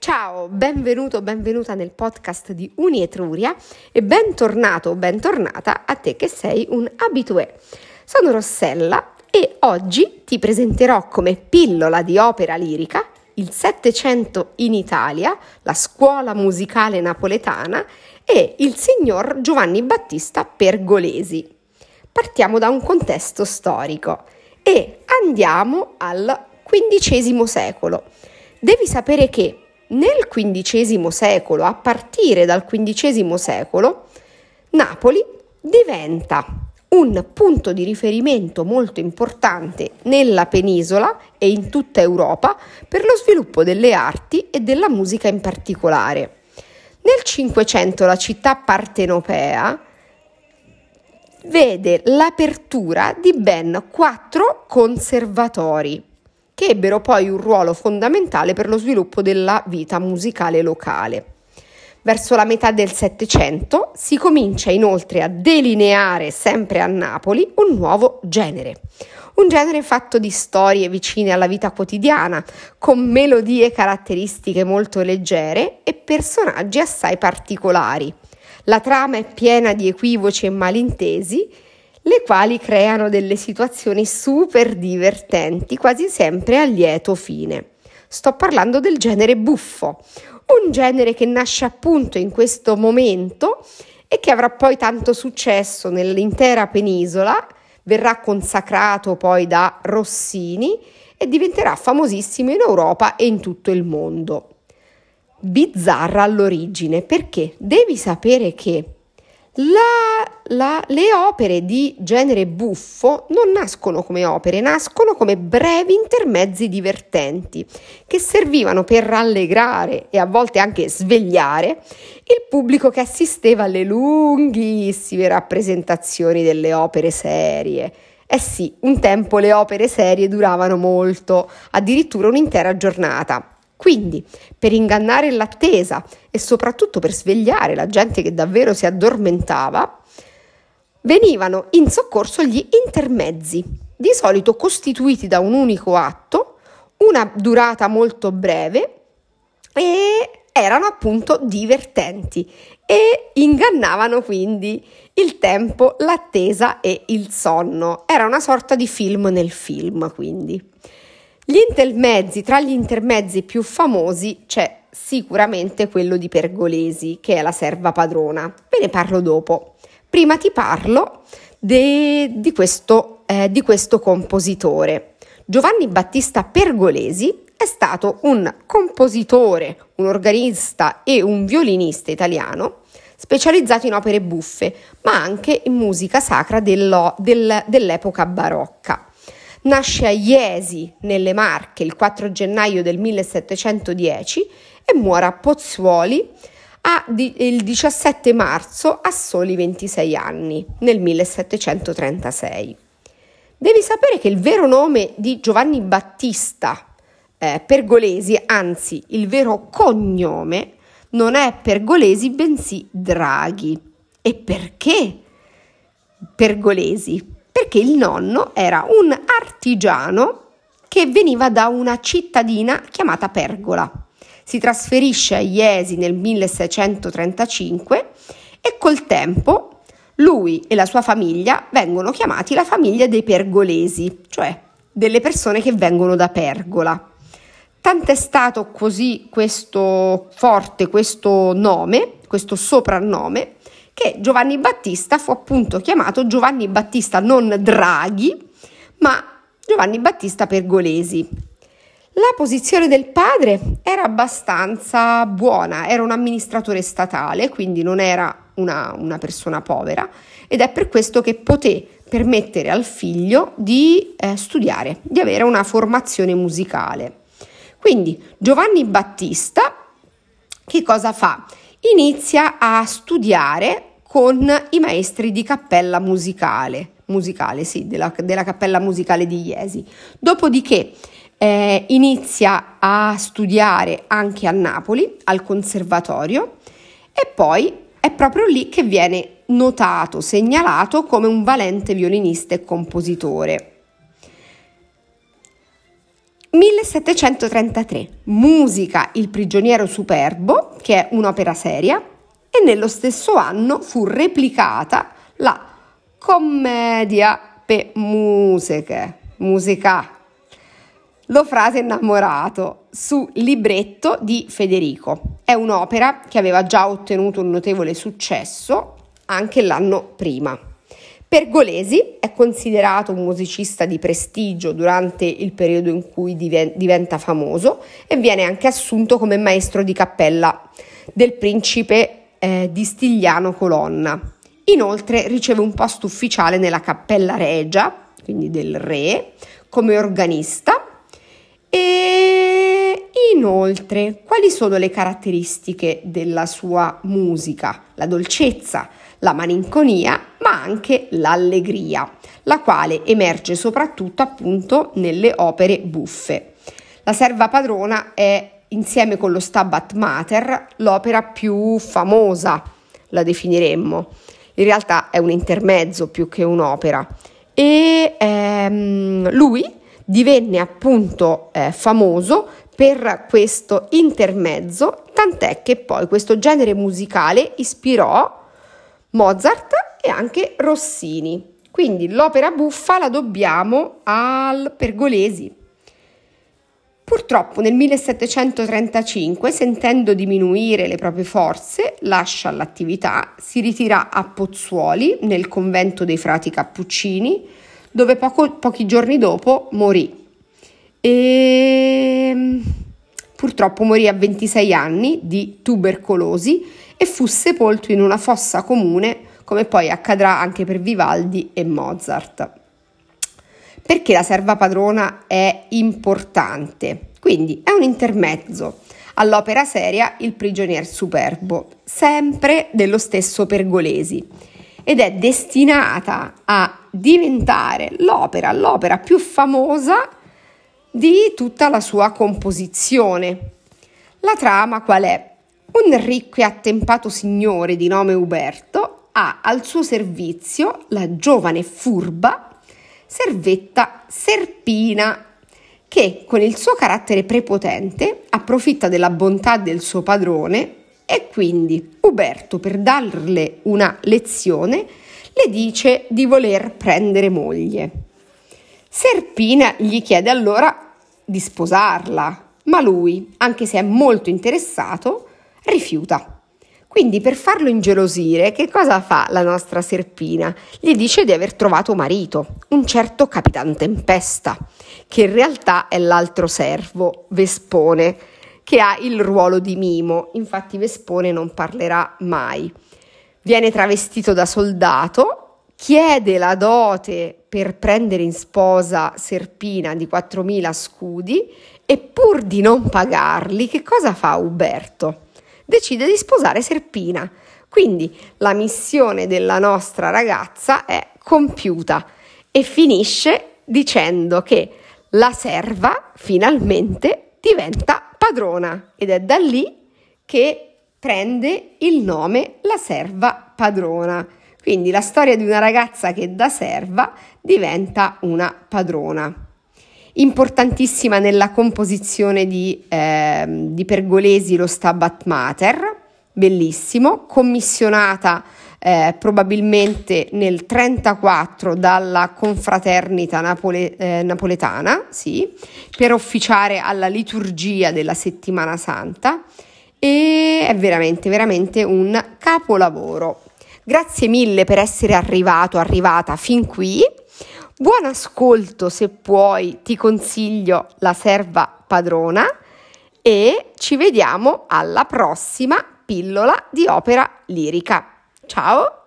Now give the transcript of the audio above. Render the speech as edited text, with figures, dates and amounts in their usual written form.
Ciao, benvenuto, benvenuta nel podcast di Unietruria e bentornato o bentornata a te che sei un habitué. Sono Rossella e oggi ti presenterò come pillola di opera lirica il Settecento in Italia, la scuola musicale napoletana e il signor Giovanni Battista Pergolesi. Partiamo da un contesto storico e andiamo al XV secolo. Devi sapere che nel XV secolo, a partire dal XV secolo, Napoli diventa un punto di riferimento molto importante nella penisola e in tutta Europa per lo sviluppo delle arti e della musica in particolare. Nel Cinquecento la città partenopea vede l'apertura di ben 4 conservatori che ebbero poi un ruolo fondamentale per lo sviluppo della vita musicale locale. Verso la metà del Settecento si comincia inoltre a delineare, sempre a Napoli, un nuovo genere. Un genere fatto di storie vicine alla vita quotidiana, con melodie caratteristiche molto leggere e personaggi assai particolari. La trama è piena di equivoci e malintesi, le quali creano delle situazioni super divertenti, quasi sempre a lieto fine. Sto parlando del genere buffo, un genere che nasce appunto in questo momento e che avrà poi tanto successo nell'intera penisola, verrà consacrato poi da Rossini e diventerà famosissimo in Europa e in tutto il mondo. Bizzarra all'origine, perché devi sapere che le opere di genere buffo non nascono come opere, nascono come brevi intermezzi divertenti che servivano per rallegrare e a volte anche svegliare il pubblico che assisteva alle lunghissime rappresentazioni delle opere serie. Eh sì, un tempo le opere serie duravano molto, addirittura un'intera giornata. Quindi, per ingannare l'attesa e soprattutto per svegliare la gente che davvero si addormentava, venivano in soccorso gli intermezzi, di solito costituiti da un unico atto, una durata molto breve e erano appunto divertenti e ingannavano quindi il tempo, l'attesa e il sonno. Era una sorta di film nel film, quindi. Tra gli intermezzi più famosi c'è sicuramente quello di Pergolesi, che è la serva padrona. Ve ne parlo dopo. Prima ti parlo di questo compositore. Giovanni Battista Pergolesi è stato un compositore, un organista e un violinista italiano specializzato in opere buffe, ma anche in musica sacra dell'epoca barocca. Nasce a Jesi, nelle Marche, il 4 gennaio del 1710 e muore a Pozzuoli il 17 marzo a soli 26 anni, nel 1736. Devi sapere che il vero nome di Giovanni Battista Pergolesi, anzi il vero cognome, non è Pergolesi bensì Draghi. E perché Pergolesi? Perché il nonno era un artigiano che veniva da una cittadina chiamata Pergola. Si trasferisce a Jesi nel 1635 e col tempo lui e la sua famiglia vengono chiamati la famiglia dei Pergolesi, cioè delle persone che vengono da Pergola. Tant'è stato così questo nome, questo soprannome, che Giovanni Battista fu appunto chiamato Giovanni Battista non Draghi, ma Giovanni Battista Pergolesi. La posizione del padre era abbastanza buona, era un amministratore statale, quindi non era una persona povera, ed è per questo che poté permettere al figlio di studiare, di avere una formazione musicale. Quindi Giovanni Battista che cosa fa? Inizia a studiare con i maestri di cappella musicale della cappella musicale di Jesi. Dopodiché inizia a studiare anche a Napoli, al conservatorio, e poi è proprio lì che viene notato, segnalato come un valente violinista e compositore. 1733, musica Il prigioniero superbo, che è un'opera seria, e nello stesso anno fu replicata la Commedia per musica, Lo frate innamorato, su libretto di Federico. È un'opera che aveva già ottenuto un notevole successo anche l'anno prima. Pergolesi è considerato un musicista di prestigio durante il periodo in cui diventa famoso e viene anche assunto come maestro di cappella del principe di Stigliano Colonna. Inoltre riceve un posto ufficiale nella cappella regia, quindi del re, come organista. E inoltre, quali sono le caratteristiche della sua musica? La dolcezza, la malinconia, ma anche l'allegria, la quale emerge soprattutto appunto nelle opere buffe. La serva padrona è, insieme con lo Stabat Mater, l'opera più famosa, la definiremmo. In realtà è un intermezzo più che un'opera. E lui divenne appunto famoso per questo intermezzo, tant'è che poi questo genere musicale ispirò Mozart e anche Rossini. Quindi l'opera buffa la dobbiamo al Pergolesi. Purtroppo nel 1735, sentendo diminuire le proprie forze, lascia l'attività, si ritira a Pozzuoli, nel convento dei frati Cappuccini, dove pochi giorni dopo morì. E purtroppo morì a 26 anni di tubercolosi e fu sepolto in una fossa comune, come poi accadrà anche per Vivaldi e Mozart. Perché la serva padrona è importante? Quindi è un intermezzo all'opera seria Il prigionier superbo, sempre dello stesso Pergolesi, ed è destinata a diventare l'opera più famosa di tutta la sua composizione. La trama qual è? Un ricco e attempato signore di nome Uberto ha al suo servizio la giovane furba servetta Serpina, che con il suo carattere prepotente approfitta della bontà del suo padrone e quindi Uberto, per darle una lezione, le dice di voler prendere moglie. Serpina gli chiede allora di sposarla, ma lui, anche se è molto interessato, rifiuta. Quindi per farlo ingelosire, che cosa fa la nostra Serpina? Gli dice di aver trovato marito, un certo Capitan Tempesta, che in realtà è l'altro servo, Vespone, che ha il ruolo di mimo. Infatti Vespone non parlerà mai. Viene travestito da soldato, chiede la dote per prendere in sposa Serpina di 4.000 scudi e pur di non pagarli, che cosa fa Uberto? Decide di sposare Serpina. Quindi la missione della nostra ragazza è compiuta e finisce dicendo che la serva finalmente diventa padrona ed è da lì che prende il nome la serva padrona. Quindi la storia di una ragazza che da serva diventa una padrona. Importantissima nella composizione di Pergolesi lo Stabat Mater, bellissimo, commissionata probabilmente nel 1934 dalla confraternita napoletana, sì, per officiare alla liturgia della Settimana Santa, e è veramente un capolavoro. Grazie mille per essere arrivata fin qui. Buon ascolto, se puoi, ti consiglio La serva padrona e ci vediamo alla prossima pillola di opera lirica. Ciao!